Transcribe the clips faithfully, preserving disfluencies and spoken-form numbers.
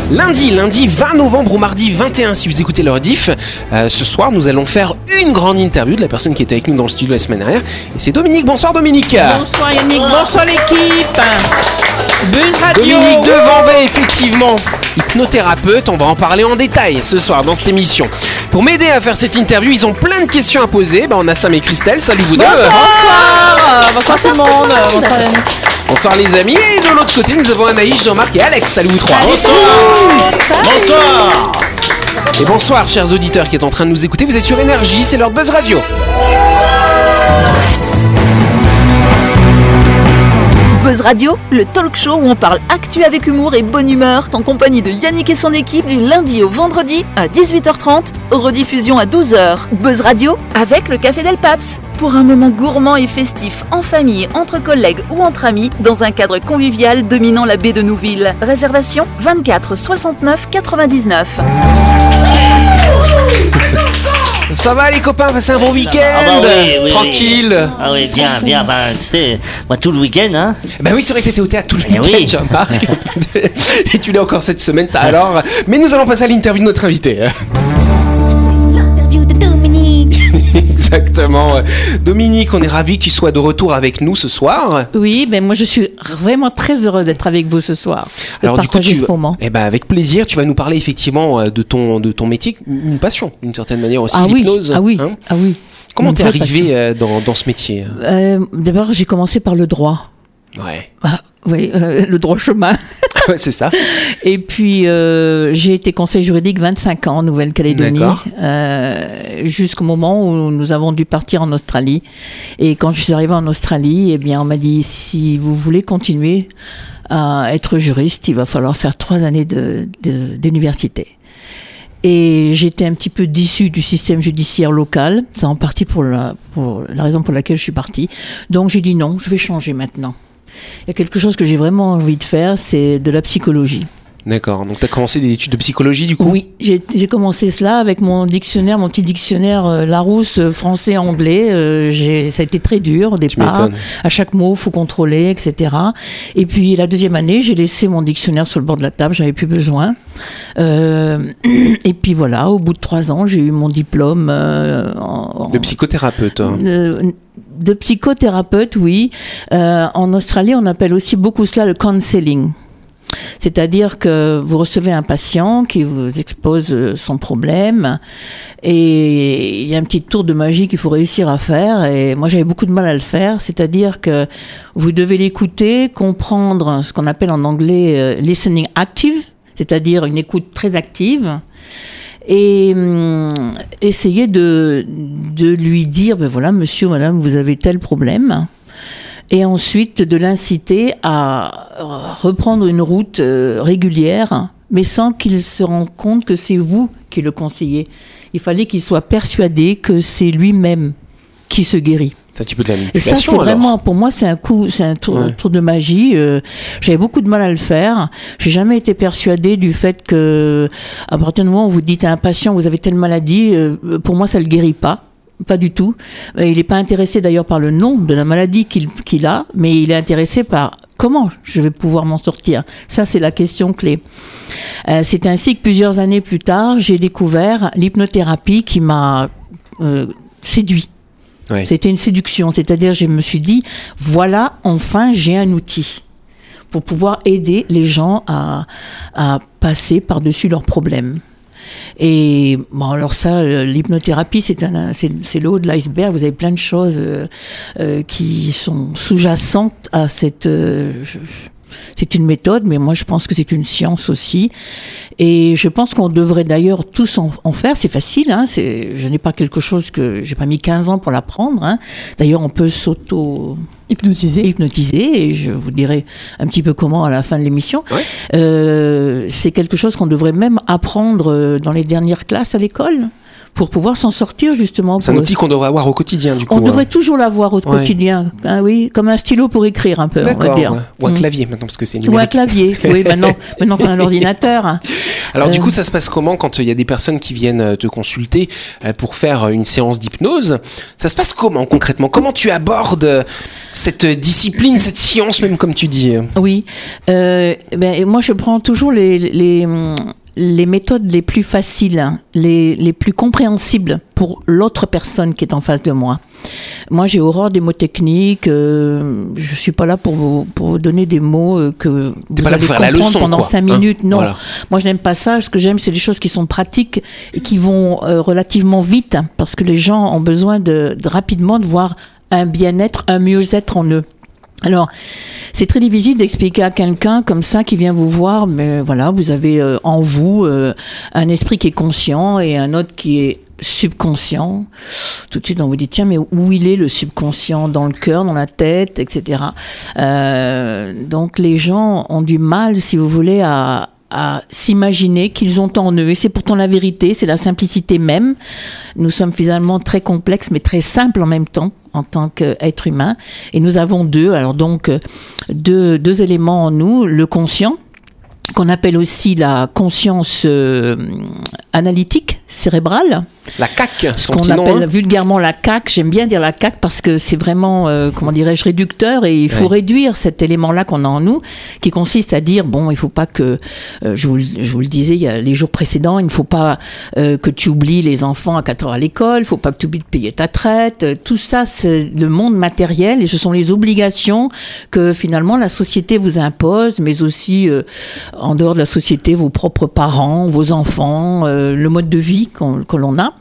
Lundi, lundi vingt novembre ou mardi vingt et un si vous écoutez le rediff. Euh, ce soir, nous allons faire une grande interview de la personne qui était avec nous dans le studio la semaine dernière. Et c'est Dominique. Bonsoir Dominique. Bonsoir Yannick, bonsoir l'équipe. Buzz Radio. Dominique Devambay, effectivement, hypnothérapeute. On va en parler en détail ce soir dans cette émission. Pour m'aider à faire cette interview, ils ont plein de questions à poser. Ben, on a Sam et Christelle. Salut vous deux. Bonsoir. Bonsoir tout le monde. Bonsoir Yannick. Bonsoir les amis. Et de l'autre côté, nous avons Anaïs, Jean-Marc et Alex. Salut vous trois. Bonsoir. Bonsoir. Et bonsoir chers auditeurs qui êtes en train de nous écouter. Vous êtes sur Énergie, c'est l'heure de Buzz Radio. Buzz Radio, le talk show où on parle actu avec humour et bonne humeur, en compagnie de Yannick et son équipe du lundi au vendredi à dix-huit heures trente, rediffusion à douze heures. Buzz Radio avec le Café Del Paps, pour un moment gourmand et festif en famille, entre collègues ou entre amis, dans un cadre convivial dominant la baie de Nouville. Réservation vingt-quatre soixante-neuf quatre-vingt-dix-neuf. Ça va les copains, passez un bon week-end. Ah bah oui, oui, tranquille. Oui. Ah oui, bien, bien, bah tu sais, moi tout le week-end, hein. Bah oui, c'est vrai que t'étais au théâtre tout le Eh week-end, oui. Jean-Marc. Et tu l'es encore cette semaine, ça alors. Mais nous allons passer à l'interview de notre invité. L'interview de Dominique. Exactement. Dominique, on est ravis que tu sois de retour avec nous ce soir. Oui, ben moi je suis vraiment très heureuse d'être avec vous ce soir. De Alors du coup, partager tu, ce moment. eh ben avec plaisir, tu vas nous parler effectivement de ton de ton métier, une passion d'une certaine manière aussi, Ah oui, l'hypnose. ah oui, hein. ah oui. Comment Une t'es vraie arrivé passion. euh, dans dans ce métier? Euh, D'abord, j'ai commencé par le droit. Ouais, Ah, oui, euh, le droit chemin. ouais, c'est ça. Et puis, euh, j'ai été conseiller juridique vingt-cinq ans en Nouvelle-Calédonie, D'accord. euh, jusqu'au moment où nous avons dû partir en Australie. Et quand je suis arrivée en Australie, eh bien, on m'a dit, si vous voulez continuer à être juriste, il va falloir faire trois années de, de, d'université. Et j'étais un petit peu déçue du système judiciaire local. C'est en partie pour la, pour la raison pour laquelle je suis partie. Donc, j'ai dit non, je vais changer maintenant. Il y a quelque chose que j'ai vraiment envie de faire, c'est de la psychologie. D'accord. Donc t'as commencé des études de psychologie du coup. Oui, j'ai, j'ai commencé cela avec mon dictionnaire, mon petit dictionnaire euh, Larousse euh, français-anglais. Euh, j'ai, ça a été très dur au départ. m'étonnes. À chaque mot, faut contrôler, et cetera. Et puis la deuxième année, j'ai laissé mon dictionnaire sur le bord de la table, j'avais plus besoin. Euh, et puis voilà, au bout de trois ans, j'ai eu mon diplôme euh, en, en- De psychothérapeute. hein. euh, de psychothérapeute, oui. Euh, en Australie, on appelle aussi beaucoup cela le counselling. C'est-à-dire que vous recevez un patient qui vous expose euh, son problème et il y a un petit tour de magie qu'il faut réussir à faire, et moi j'avais beaucoup de mal à le faire. C'est-à-dire que vous devez l'écouter, comprendre ce qu'on appelle en anglais euh, listening active, c'est-à-dire une écoute très active, et hum, essayer de, de lui dire, ben voilà monsieur, madame, vous avez tel problème. Et ensuite de l'inciter à reprendre une route euh, régulière, mais sans qu'il se rende compte que c'est vous qui le conseillez. Il fallait qu'il soit persuadé que c'est lui-même qui se guérit. C'est un petit peu de la Et manipulation. ça, c'est alors. vraiment, pour moi, c'est un coup, c'est un tour, Ouais. tour de magie. Euh, j'avais beaucoup de mal à le faire. J'ai jamais été persuadée du fait que, à partir du moment où vous dites à un patient, vous avez telle maladie, euh, pour moi, ça le guérit pas. Pas du tout. Euh, Il n'est pas intéressé d'ailleurs par le nom de la maladie qu'il qu'il a, mais il est intéressé par comment je vais pouvoir m'en sortir. Ça, c'est la question clé. Euh, c'est ainsi que plusieurs années plus tard, j'ai découvert l'hypnothérapie qui m'a euh, séduit. Ouais. C'était une séduction, c'est-à-dire je me suis dit, voilà, enfin j'ai un outil pour pouvoir aider les gens à, à passer par-dessus leurs problèmes. Et bon, alors ça, euh, l'hypnothérapie, c'est, un, c'est, c'est le haut de l'iceberg. Vous avez plein de choses euh, euh, qui sont sous-jacentes à cette... euh, je- c'est une méthode, mais moi je pense que c'est une science aussi. Et je pense qu'on devrait d'ailleurs tous en, en faire. C'est facile, hein, c'est, je n'ai pas quelque chose que... J'ai pas mis quinze ans pour l'apprendre. Hein. D'ailleurs, on peut s'auto... Hypnotiser. Hypnotiser, et je vous dirai un petit peu comment à la fin de l'émission. Ouais. Euh, c'est quelque chose qu'on devrait même apprendre dans les dernières classes à l'école, pour pouvoir s'en sortir justement. C'est un pour... outil qu'on devrait avoir au quotidien, du coup. On devrait hein. toujours l'avoir au Ouais. quotidien, ah, oui, comme un stylo pour écrire un peu, on va D'accord. dire. ouais. Ou un Mm. clavier maintenant, parce que c'est Ou un numérique. clavier, oui, maintenant, maintenant qu'on a l'ordinateur. hein. Alors du Euh, coup, ça se passe comment quand il y a des personnes qui viennent euh, te consulter euh, pour faire euh, une séance d'hypnose? Ça se passe comment concrètement? Comment tu abordes euh, cette euh, discipline, cette science même, comme tu dis? Oui, euh, ben, et moi je prends toujours les, les, hum, les méthodes les plus faciles, hein, les, les plus compréhensibles pour l'autre personne qui est en face de moi. Moi j'ai horreur des mots techniques, euh, je suis pas là pour vous, pour vous donner des mots euh, que vous pas là allez pour faire la comprendre leçon, pendant quoi, cinq hein, minutes. Non, voilà. moi je n'aime pas ça. Ce que j'aime, c'est des choses qui sont pratiques et qui vont euh, relativement vite, hein, parce que les gens ont besoin de, de rapidement de voir un bien-être, un mieux-être en eux. Alors, c'est très difficile d'expliquer à quelqu'un comme ça qui vient vous voir, mais voilà, vous avez euh, en vous euh, un esprit qui est conscient et un autre qui est subconscient. Tout de suite, on vous dit, tiens, mais où il est le subconscient? Dans le cœur, dans la tête, et cetera. Euh, donc, les gens ont du mal, si vous voulez, à à s'imaginer qu'ils ont en eux. Et c'est pourtant la vérité, c'est la simplicité même. Nous sommes finalement très complexes, mais très simples en même temps, en tant qu'être humain. Et nous avons deux, alors donc, deux, deux éléments en nous, le conscient, qu'on appelle aussi la conscience euh, analytique, cérébrale. La C A C, Ce son qu'on petit nom, appelle hein. vulgairement la C A C. J'aime bien dire la C A C parce que c'est vraiment, euh, comment dirais-je, réducteur et il faut Ouais. réduire cet élément-là qu'on a en nous qui consiste à dire, bon, il faut pas que, euh, je, vous, le- je vous le disais il y a les jours précédents, il ne faut pas euh, que tu oublies les enfants à quatre heures à l'école, il ne faut pas que tu oublies de payer ta traite. Euh, Tout ça, c'est le monde matériel et ce sont les obligations que finalement la société vous impose, mais aussi euh, en dehors de la société, vos propres parents, vos enfants, euh, le mode de vie qu'on, que l'on a.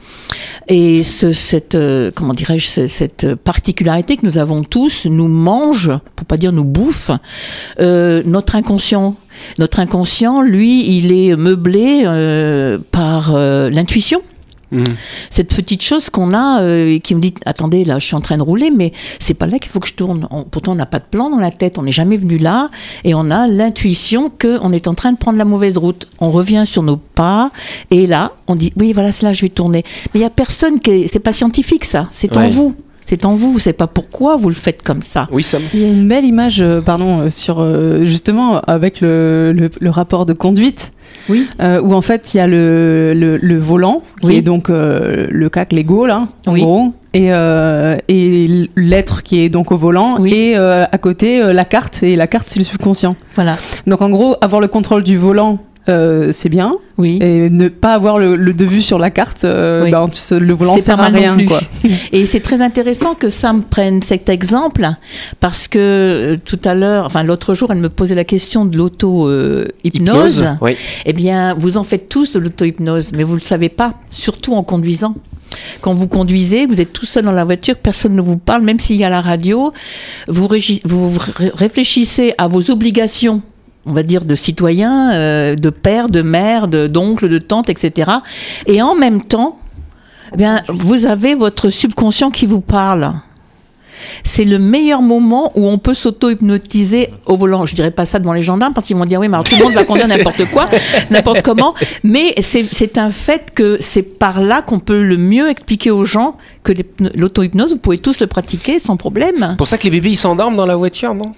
Et ce, cette, euh, comment dirais-je, ce- cette particularité que nous avons tous nous mange, pour pas dire nous bouffe, euh, notre inconscient. Notre inconscient, lui, il est meublé euh, par euh, l'intuition. Mhm. Cette petite chose qu'on a euh, et qui me dit, attendez, là, je suis en train de rouler, mais c'est pas là qu'il faut que je tourne. On- pourtant, on n'a pas de plan dans la tête, on n'est jamais venu là, et on a l'intuition qu'on est en train de prendre la mauvaise route. On revient sur nos pas, et là, on dit, oui, voilà, c'est là, je vais tourner. Mais il y a personne qui est, c'est pas scientifique, ça. C'est en Ouais. vous. C'est en vous. C'est pas pourquoi vous le faites comme ça. Oui, Sam. Il y a une belle image, euh, pardon, euh, sur euh, justement avec le, le, le rapport de conduite, Oui. euh, où en fait il y a le, le, le volant, qui Oui. est donc euh, le C A C Lego là, en Oui. gros, et, euh, et l'être qui est donc au volant, Oui. et euh, à côté euh, la carte, et la carte c'est le subconscient. Voilà. Donc en gros, avoir le contrôle du volant, euh, c'est bien, Oui. et ne pas avoir le, le de vue sur la carte, euh, Oui. bah, tu- le volant C'est sert pas à mal non rien, plus. quoi. Et c'est très intéressant que Sam prenne cet exemple parce que euh, tout à l'heure, enfin l'autre jour, elle me posait la question de l'auto-hypnose. Oui. Eh bien, vous en faites tous de l'auto-hypnose, mais vous ne le savez pas, surtout en conduisant. Quand vous conduisez, vous êtes tout seul dans la voiture, personne ne vous parle, même s'il y a la radio, vous, régi- vous ré- réfléchissez à vos obligations, on va dire, de citoyen, euh, de père, de mère, de, d'oncle, de tante, et cetera. Et en même temps, eh bien, vous avez votre subconscient qui vous parle. C'est le meilleur moment où on peut s'auto-hypnotiser au volant. Je dirais pas ça devant les gendarmes parce qu'ils vont dire oui, mais alors tout le monde va conduire n'importe quoi, n'importe comment. Mais c'est, c'est un fait que c'est par là qu'on peut le mieux expliquer aux gens que l'hypno- l'auto-hypnose, vous pouvez tous le pratiquer sans problème. Pour ça que les bébés ils s'endorment dans la voiture, non?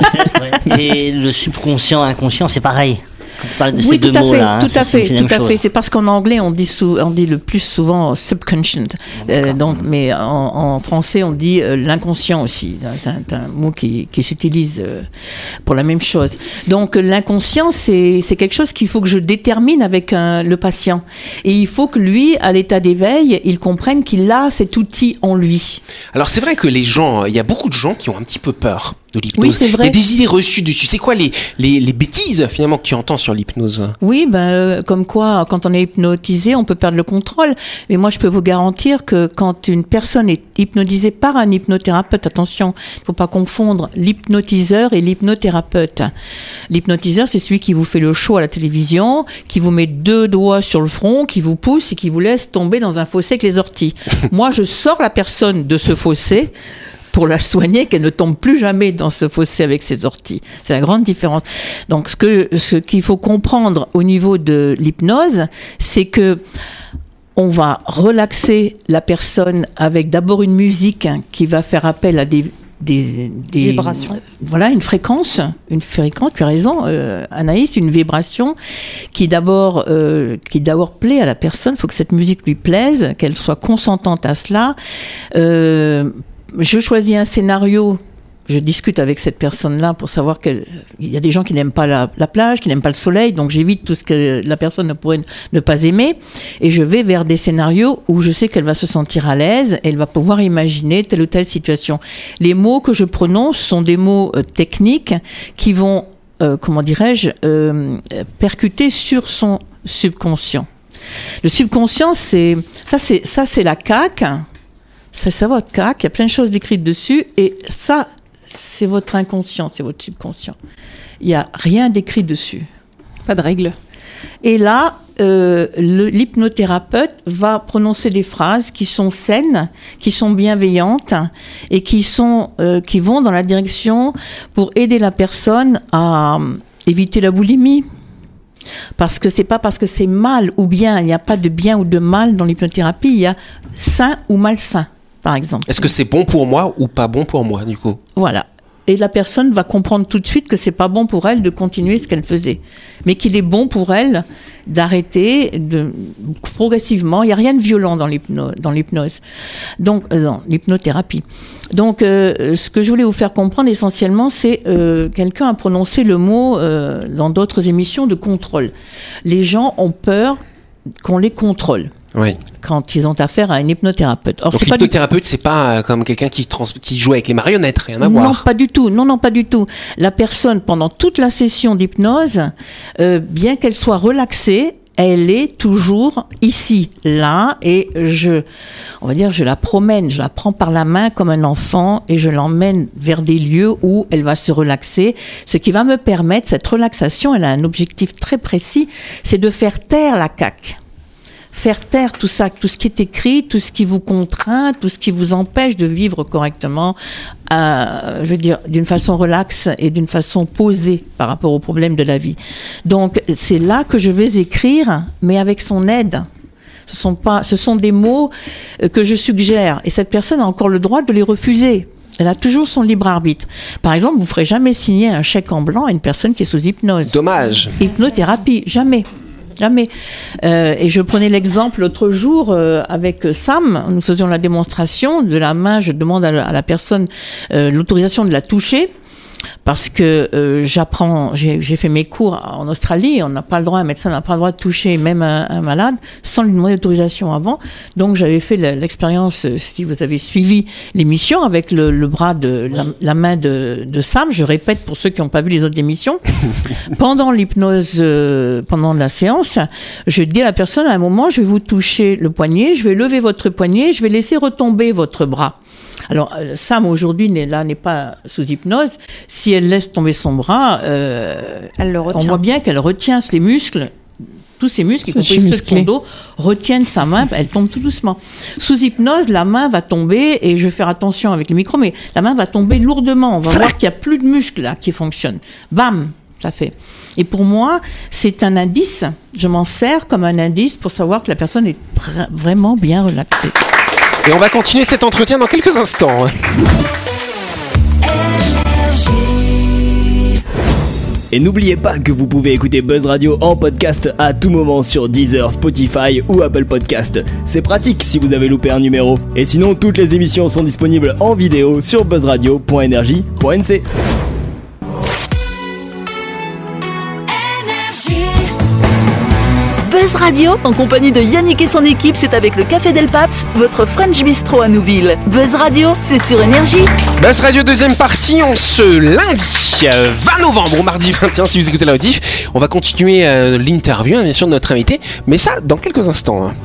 Ouais. Et le subconscient, inconscient, c'est pareil. Quand tu parles de Oui, ces tout deux à fait, mots-là, hein, tout ça à fait, signifie la tout à même fait. chose. C'est parce qu'en anglais on dit, sou- on dit le plus souvent subconscient, Euh, donc, mais en, en français on dit euh, l'inconscient aussi. C'est un, c'est un mot qui, qui s'utilise euh, pour la même chose. Donc euh, l'inconscient c'est, c'est quelque chose qu'il faut que je détermine avec un- le patient. Et il faut que lui, à l'état d'éveil, il comprenne qu'il a cet outil en lui. Alors c'est vrai que les gens, il y a beaucoup de gens qui ont un petit peu peur de l'hypnose. Oui, c'est vrai. Il y a des idées reçues dessus. C'est quoi les, les, les bêtises finalement que tu entends sur l'hypnose? Oui, ben, euh, comme quoi, quand on est hypnotisé, on peut perdre le contrôle. Mais moi, je peux vous garantir que quand une personne est hypnotisée par un hypnothérapeute, attention, il ne faut pas confondre l'hypnotiseur et l'hypnothérapeute. L'hypnotiseur, c'est celui qui vous fait le show à la télévision, qui vous met deux doigts sur le front, qui vous pousse et qui vous laisse tomber dans un fossé avec les orties. Moi, je sors la personne de ce fossé pour la soigner, qu'elle ne tombe plus jamais dans ce fossé avec ses orties. C'est la grande différence. Donc, ce que, ce qu'il faut comprendre au niveau de l'hypnose, c'est que on va relaxer la personne avec d'abord une musique qui va faire appel à des, des, des vibrations. Voilà, une fréquence, une fréquence. Tu as raison, euh, Anaïs, une vibration qui d'abord, euh, qui d'abord plaît à la personne. Il faut que cette musique lui plaise, qu'elle soit consentante à cela. Euh, je choisis un scénario. Je discute avec cette personne-là pour savoir qu'il y a des gens qui n'aiment pas la, la plage, qui n'aiment pas le soleil, donc j'évite tout ce que la personne ne pourrait ne pas aimer. Et je vais vers des scénarios où je sais qu'elle va se sentir à l'aise, elle va pouvoir imaginer telle ou telle situation. Les mots que je prononce sont des mots euh, techniques qui vont, euh, comment dirais-je, euh, percuter sur son subconscient. Le subconscient, c'est ça, c'est ça, c'est la C A Q. C'est ça votre C A Q. Il y a plein de choses décrites dessus, et ça, c'est votre inconscient, c'est votre subconscient. Il n'y a rien d'écrit dessus. Pas de règles. Et là, euh, le, l'hypnothérapeute va prononcer des phrases qui sont saines, qui sont bienveillantes et qui, sont, euh, qui vont dans la direction pour aider la personne à euh, éviter la boulimie. Parce que c'est pas parce que c'est mal ou bien, il n'y a pas de bien ou de mal dans l'hypnothérapie, il y a sain ou malsain. Par exemple. Est-ce que c'est bon pour moi ou pas bon pour moi, du coup ? Voilà. Et la personne va comprendre tout de suite que c'est pas bon pour elle de continuer ce qu'elle faisait, mais qu'il est bon pour elle d'arrêter de, progressivement. Il n'y a rien de violent dans, l'hypno, dans l'hypnose, donc euh, dans l'hypnothérapie. Donc, euh, ce que je voulais vous faire comprendre essentiellement, c'est euh, quelqu'un a prononcé le mot euh, dans d'autres émissions de contrôle. Les gens ont peur qu'on les contrôle. Oui. Quand ils ont affaire à un hypnothérapeute. Or, donc c'est l'hypnothérapeute, c'est pas euh, comme quelqu'un qui, trans- qui joue avec les marionnettes, rien à non, voir. Non, pas du tout. Non, non, pas du tout. La personne, pendant toute la session d'hypnose, euh, bien qu'elle soit relaxée, elle est toujours ici, là, et je, on va dire, je la promène, je la prends par la main comme un enfant et je l'emmène vers des lieux où elle va se relaxer. Ce qui va me permettre, cette relaxation, elle a un objectif très précis, c'est de faire taire la C A Q. Faire taire tout ça, tout ce qui est écrit, tout ce qui vous contraint, tout ce qui vous empêche de vivre correctement, euh, je veux dire, d'une façon relaxe et d'une façon posée par rapport aux problèmes de la vie. Donc, c'est là que je vais écrire, mais avec son aide. Ce sont pas, ce sont des mots que je suggère, et cette personne a encore le droit de les refuser. Elle a toujours son libre arbitre. Par exemple, vous ne ferez jamais signer un chèque en blanc à une personne qui est sous hypnose. Dommage. Hypnothérapie, jamais. Jamais. Euh, et je prenais l'exemple l'autre jour euh, avec Sam. Nous faisions la démonstration de la main. Je demande à la, à la personne euh, l'autorisation de la toucher. Parce que euh, j'apprends, j'ai, j'ai fait mes cours en Australie, on n'a pas le droit, un médecin n'a pas le droit de toucher même un, un malade sans lui demander d'autorisation avant. Donc j'avais fait l'expérience, si vous avez suivi l'émission, avec le, le bras de la, la main de, de Sam. Je répète pour ceux qui n'ont pas vu les autres émissions. Pendant l'hypnose, euh, pendant la séance, je dis à la personne, à un moment, je vais vous toucher le poignet, je vais lever votre poignet, je vais laisser retomber votre bras. Alors, Sam, aujourd'hui, n'est, là, n'est pas sous hypnose. Si elle laisse tomber son bras, euh, elle le retient. On voit bien qu'elle retient les muscles, tous ces muscles, y compris ceux de son dos, retiennent sa main, elle tombe tout doucement. Sous hypnose, la main va tomber, et je vais faire attention avec le micro, mais la main va tomber lourdement. On va voir qu'il n'y a plus de muscles là, qui fonctionnent. Bam, ça fait. Et pour moi, c'est un indice. Je m'en sers comme un indice pour savoir que la personne est pr- vraiment bien relaxée. Et on va continuer cet entretien dans quelques instants. Et n'oubliez pas que vous pouvez écouter Buzz Radio en podcast à tout moment sur Deezer, Spotify ou Apple Podcast. C'est pratique si vous avez loupé un numéro. Et sinon, toutes les émissions sont disponibles en vidéo sur buzzradio point énergie point n c. Buzz Radio, en compagnie de Yannick et son équipe, c'est avec le Café Del Paps, votre French Bistro à Nouville. Buzz Radio, c'est sur Énergie. Buzz Radio deuxième partie, en ce lundi euh, vingt novembre, au mardi vingt et un, si vous écoutez la rediff. On va continuer euh, l'interview, hein, bien sûr, de notre invité, mais ça, dans quelques instants. Hein.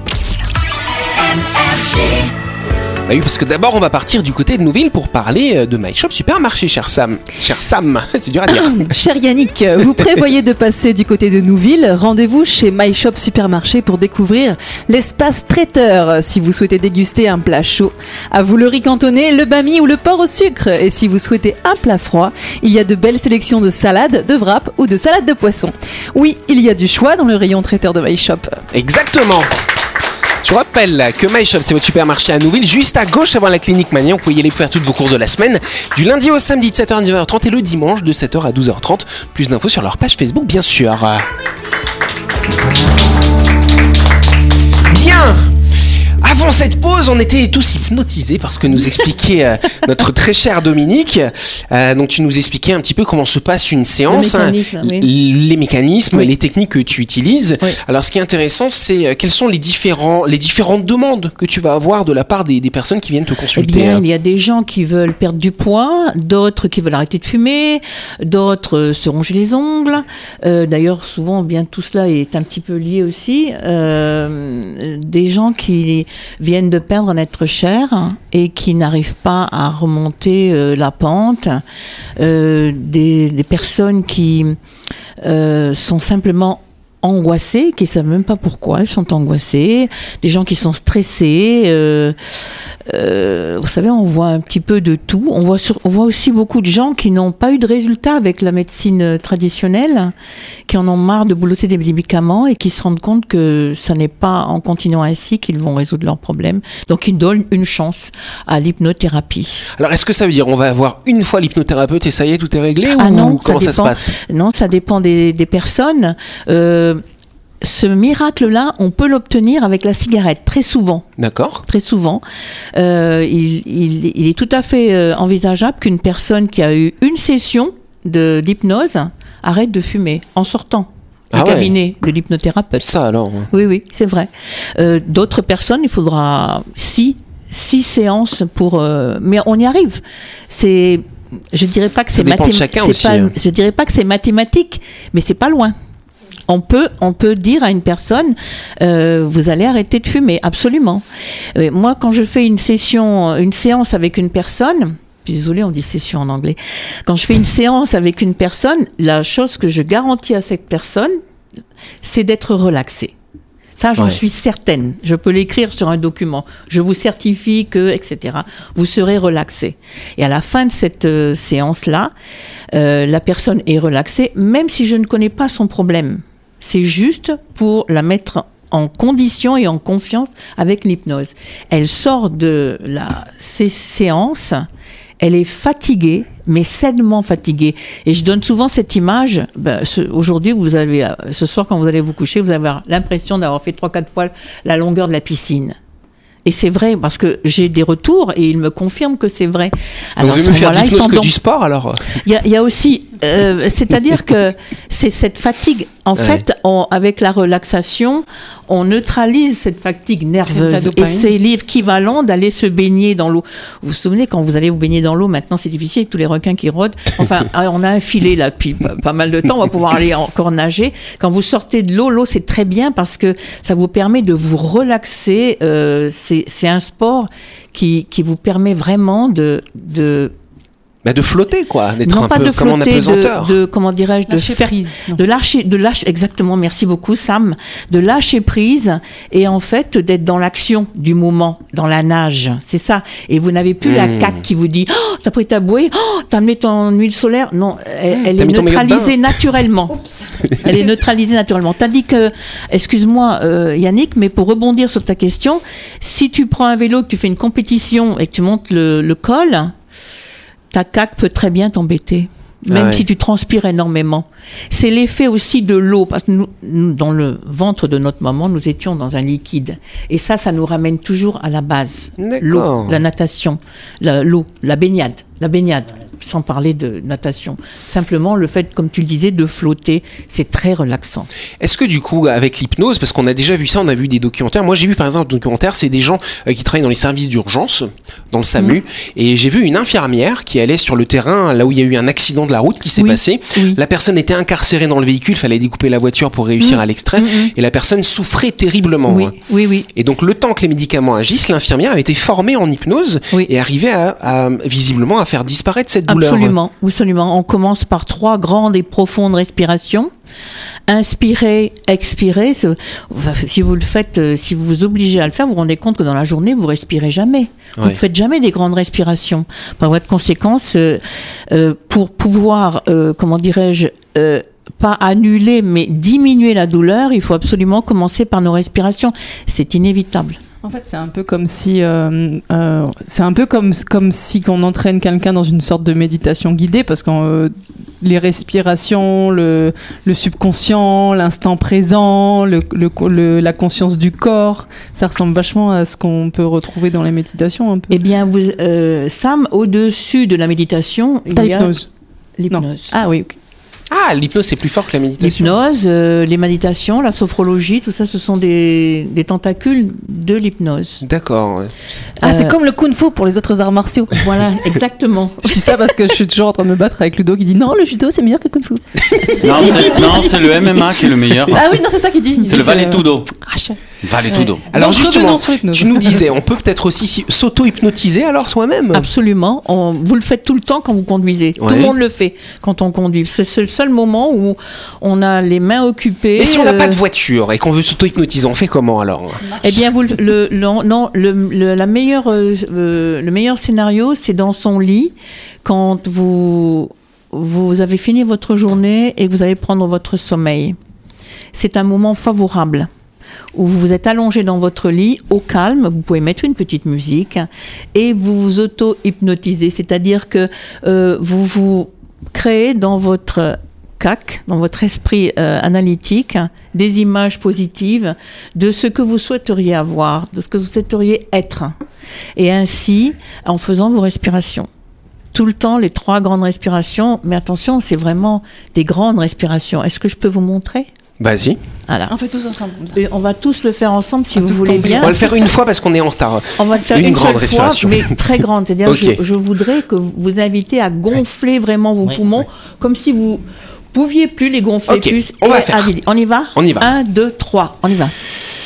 Bah oui, parce que d'abord, on va partir du côté de Nouville pour parler de My Shop Supermarché, cher Sam. Cher Sam, c'est dur à dire. Cher Yannick, vous prévoyez de passer du côté de Nouville. Rendez-vous chez My Shop Supermarché pour découvrir l'espace traiteur. Si vous souhaitez déguster un plat chaud, à vous le riz cantonné, le bami ou le porc au sucre. Et si vous souhaitez un plat froid, il y a de belles sélections de salades, de wraps ou de salades de poisson. Oui, il y a du choix dans le rayon traiteur de My Shop. Exactement. Je vous rappelle que MyShop, c'est votre supermarché à Nouville, juste à gauche avant la clinique Mania. Vous pouvez y aller pour faire toutes vos courses de la semaine, du lundi au samedi de sept heures à dix-neuf heures trente et le dimanche de sept heures à douze heures trente. Plus d'infos sur leur page Facebook, bien sûr. Bien. Avant cette pause, on était tous hypnotisés par ce que nous expliquait euh, notre très cher Dominique. Euh, donc tu nous expliquais un petit peu comment se passe une séance, Le mécanisme, hein, oui. l- les mécanismes, Oui. les techniques que tu utilises. Oui. Alors ce qui est intéressant, c'est euh, quelles sont les, différents, les différentes demandes que tu vas avoir de la part des, des personnes qui viennent te Eh consulter. bien, hein. il y a des gens qui veulent perdre du poids, d'autres qui veulent arrêter de fumer, d'autres euh, se ronger les ongles. Euh, D'ailleurs, souvent, bien tout cela est un petit peu lié aussi. Euh, des gens qui viennent de perdre un être cher et qui n'arrivent pas à remonter euh, la pente. Euh, des, des personnes qui euh, sont simplement angoissés, qui ne savent même pas pourquoi ils sont angoissés, des gens qui sont stressés. Euh, euh, vous savez, on voit un petit peu de tout. On voit, sur, on voit aussi beaucoup de gens qui n'ont pas eu de résultat avec la médecine traditionnelle, qui en ont marre de boulotter des médicaments et qui se rendent compte que ça n'est pas en continuant ainsi qu'ils vont résoudre leurs problèmes. Donc, ils donnent une chance à l'hypnothérapie. Alors est-ce que ça veut dire on va avoir une fois l'hypnothérapeute et ça y est, tout est réglé Ah ou non, comment ça ça se dépend. passe? Non, ça dépend des, des personnes. Euh, ce miracle-là, on peut l'obtenir avec la cigarette, très souvent. D'accord. Très souvent. Euh, il, il- il est tout à fait euh, envisageable qu'une personne qui a eu une session de, d'hypnose arrête de fumer en sortant du Ah ouais. cabinet de l'hypnothérapeute. Ça alors. Oui, oui, c'est vrai. Euh, d'autres personnes, il faudra six, six séances pour... euh, mais on y arrive. C'est... Je dirais pas que Ça c'est dépend de mathématique. chacun aussi, hein. Je dirais pas que c'est mathématique, mais c'est pas loin. On peut, on peut dire à une personne, euh, vous allez arrêter de fumer, absolument. Euh, moi, quand je fais une session, une séance avec une personne, désolé, on dit session en anglais. Quand je fais une séance avec une personne, la chose que je garantis à cette personne, c'est d'être relaxée. Ça, j'en Ouais. suis certaine. Je peux l'écrire sur un document. Je vous certifie que, et cetera. Vous serez relaxé. Et à la fin de cette euh, séance-là, euh, la personne est relaxée, même si je ne connais pas son problème. C'est juste pour la mettre en condition et en confiance avec l'hypnose. Elle sort de la sé- séance, elle est fatiguée, mais sainement fatiguée. Et je donne souvent cette image. Ben, ce- aujourd'hui, vous avez, euh, ce soir, quand vous allez vous coucher, vous avez l'impression d'avoir fait trois, quatre fois la longueur de la piscine. Et c'est vrai, parce que j'ai des retours et ils me confirment que c'est vrai. Donc à vous ce mieux faire moment-là, ils d'hypnose sont que donc- du sport alors. il y, a- il y a aussi, euh, c'est-à-dire que c'est cette fatigue. En Ouais. fait, on- avec la relaxation, on neutralise cette fatigue La nerveuse. Et dopamine. c'est l'équivalent d'aller se baigner dans l'eau. Vous vous souvenez, quand vous allez vous baigner dans l'eau, maintenant c'est difficile, avec tous les requins qui rôdent. Enfin, on a un filet là depuis pas, pas mal de temps, on va pouvoir aller encore nager. Quand vous sortez de l'eau, l'eau c'est très bien parce que ça vous permet de vous relaxer. Euh, c'est c'est un sport qui, qui vous permet vraiment de... de Bah de flotter quoi, d'être non un pas peu de comme en flotter, apesanteur. de, de comment dirais-je, de Lâcher faire prise. Non. de lâcher, de lâcher, exactement. Merci beaucoup, Sam. De lâcher prise et en fait d'être dans l'action du moment, dans la nage. C'est ça. Et vous n'avez plus la Mmh. caque qui vous dit, oh, t'as pris ta bouée, oh, t'as mis ton huile solaire. Non, elle, elle T'as est mis ton maillot de neutralisée naturellement. Elle est neutralisée naturellement. T'as dit que, excuse-moi, euh, Yannick, mais pour rebondir sur ta question, si tu prends un vélo, que tu fais une compétition et que tu montes le, le col, ta caque peut très bien t'embêter, même Ah ouais. si tu transpires énormément. C'est l'effet aussi de l'eau, parce que nous, nous, dans le ventre de notre maman, nous étions dans un liquide. Et ça, ça nous ramène toujours à la base. D'accord. L'eau, la natation, la- l'eau, la baignade, la baignade, sans parler de natation. Simplement, le fait, comme tu le disais, de flotter, c'est très relaxant. Est-ce que du coup, avec l'hypnose, parce qu'on a déjà vu ça, on a vu des documentaires. Moi, j'ai vu par exemple un documentaire, c'est des gens euh, qui travaillent dans les services d'urgence, dans le SAMU, Mmh. et j'ai vu une infirmière qui allait sur le terrain, là où il y a eu un accident de la route qui s'est Oui, passé. oui. La personne était incarcérée dans le véhicule, fallait découper la voiture pour réussir Mmh. à l'extrait, Mmh, mmh. et la personne souffrait terriblement. Oui, hein. oui, oui. Et donc, le temps que les médicaments agissent, l'infirmière avait été formée en hypnose Oui. et arrivait à, à, visiblement à faire disparaître cette douleur. Absolument, absolument. On commence par trois grandes et profondes respirations. Inspirez, expirez. Ce- enfin, si vous le faites, euh, si vous vous obligez à le faire, vous vous rendez compte que dans la journée, vous respirez jamais. Vous Ouais. ne faites jamais des grandes respirations. Par voie de conséquence, euh, euh, pour pouvoir, euh, comment dirais-je, euh, pas annuler, mais diminuer la douleur, il faut absolument commencer par nos respirations. C'est inévitable. En fait, c'est un peu comme si, euh, euh, c'est un peu comme comme si qu'on entraîne quelqu'un dans une sorte de méditation guidée, parce que euh, les respirations, le, le subconscient, l'instant présent, le, le, le, la conscience du corps, ça ressemble vachement à ce qu'on peut retrouver dans les méditations un peu. Eh bien, vous, euh, Sam, au-dessus de la méditation, il y a l'hypnose. L'hypnose. Ah oui. Okay. Ah, l'hypnose, c'est plus fort que la méditation. L'hypnose, euh, les méditations, la sophrologie, tout ça, ce sont des, des tentacules de l'hypnose. D'accord. Ouais. Ah, Euh, c'est comme le kung-fu pour les autres arts martiaux. Voilà, exactement. Je dis ça parce que je suis toujours en train de me battre avec Ludo qui dit non, le judo c'est meilleur que le kung-fu. Non, c'est, non, c'est le M M A qui est le meilleur. Ah oui, non, c'est ça qu'il dit. Il C'est dit le Valetudo. Ah, je- Valetudo. Ouais. Alors Donc, justement, revenons sur l'hypnose. tu nous disais, on peut peut-être aussi si- s'auto-hypnotiser alors soi-même. Absolument. On- vous le faites tout le temps quand vous conduisez. Tout Ouais. le monde le fait quand on conduit. C'est, c'est le seul moment où on a les mains occupées. Mais si on n'a euh, pas de voiture et qu'on veut s'auto-hypnotiser, on fait comment alors? Eh bien, vous, le, le- le- non, le, le- la meilleure, euh, euh, le meilleur scénario, c'est dans son lit, quand vous, vous avez fini votre journée et que vous allez prendre votre sommeil. C'est un moment favorable où vous êtes allongé dans votre lit, au calme, vous pouvez mettre une petite musique et vous vous auto-hypnotisez. C'est-à-dire que euh, vous vous créez dans votre C A C, dans votre esprit euh, analytique, des images positives de ce que vous souhaiteriez avoir, de ce que vous souhaiteriez être. Et ainsi, en faisant vos respirations. Tout le temps, les trois grandes respirations, mais attention, c'est vraiment des grandes respirations. Est-ce que je peux vous montrer ? Vas-y. Voilà. On fait tous ensemble comme ça. Et on va tous le faire ensemble si On va vous tous voulez tomber. bien. On va le faire une fois parce qu'on est en retard. On va le faire Une une, grande seule respiration. fois, mais très grande. C'est-à-dire, Ok. je, je voudrais que vous vous invitez à gonfler vraiment vos Oui, poumons, oui. comme si vous pouviez plus les gonfler Ok, plus. on va et faire. à vider. On y va On y va. Un, deux, trois. On y va.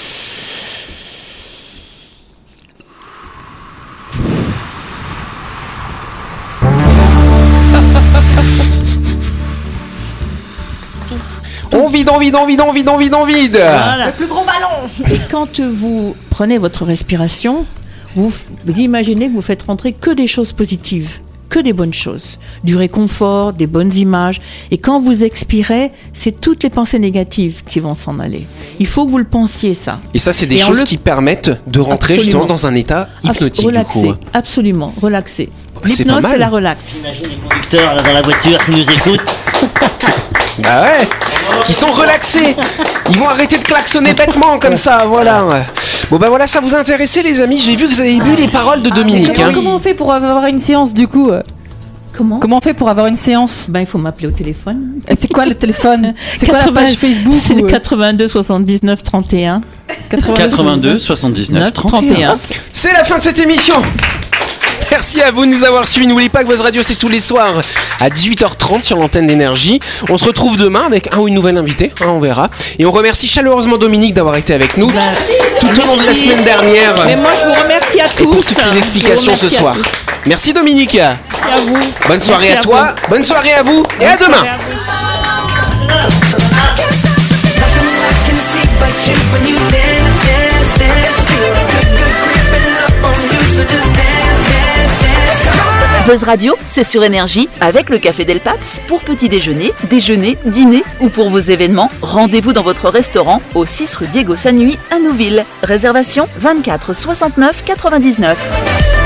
On vide, on vide, on vide, on vide, on vide, on vide. Voilà. Le plus gros ballon. Et quand vous prenez votre respiration, vous, vous imaginez que vous faites rentrer que des choses positives, que des bonnes choses, du réconfort, des bonnes images. Et quand vous expirez, c'est toutes les pensées négatives qui vont s'en aller. Il faut que vous le pensiez, ça. Et ça, c'est des Et on choses le- qui permettent de rentrer Absolument. justement dans un état hypnotique du relaxé, coup. absolument, relaxé. Bah, c'est pas L'hypnose, mal. c'est la relaxe. Imagine les conducteurs là, dans la voiture qui nous écoutent. Bah ouais, qui sont relaxés. Ils vont arrêter de klaxonner bêtement comme ça, voilà. Bon bah voilà, ça vous a intéressé les amis. J'ai vu que vous avez bu les paroles de Dominique. Comment, hein. comment on fait pour avoir une séance du coup euh Comment Comment on fait pour avoir une séance Ben, il faut m'appeler au téléphone. Et c'est quoi le téléphone? C'est quoi la quatre-vingts page Facebook? C'est ou, le euh, quatre-vingt-deux soixante-dix-neuf trente et un. quatre-vingt-deux soixante-dix-neuf trente et un. C'est la fin de cette émission. Merci à vous de nous avoir suivis. N'oubliez pas que Buzz Radio, c'est tous les soirs à dix-huit heures trente sur l'antenne d'Énergie. On se retrouve demain avec un ou une nouvelle invitée, hein, on verra. Et on remercie chaleureusement Dominique d'avoir été avec nous Ben, tout au long de la merci. semaine dernière. Mais moi, je vous remercie à tous. Et pour toutes ces explications Je vous ce remercie soir. à tous. Merci Dominique. Merci à vous. Bonne soirée Merci à toi, vous. bonne soirée à vous et à Bonne demain. soirée à vous. Buzz Radio, c'est sur Énergie avec le Café Del Paps pour petit déjeuner, déjeuner, dîner ou pour vos événements. Rendez-vous dans votre restaurant au six rue Diego Sanui à Nouville. Réservation vingt-quatre soixante-neuf quatre-vingt-dix-neuf.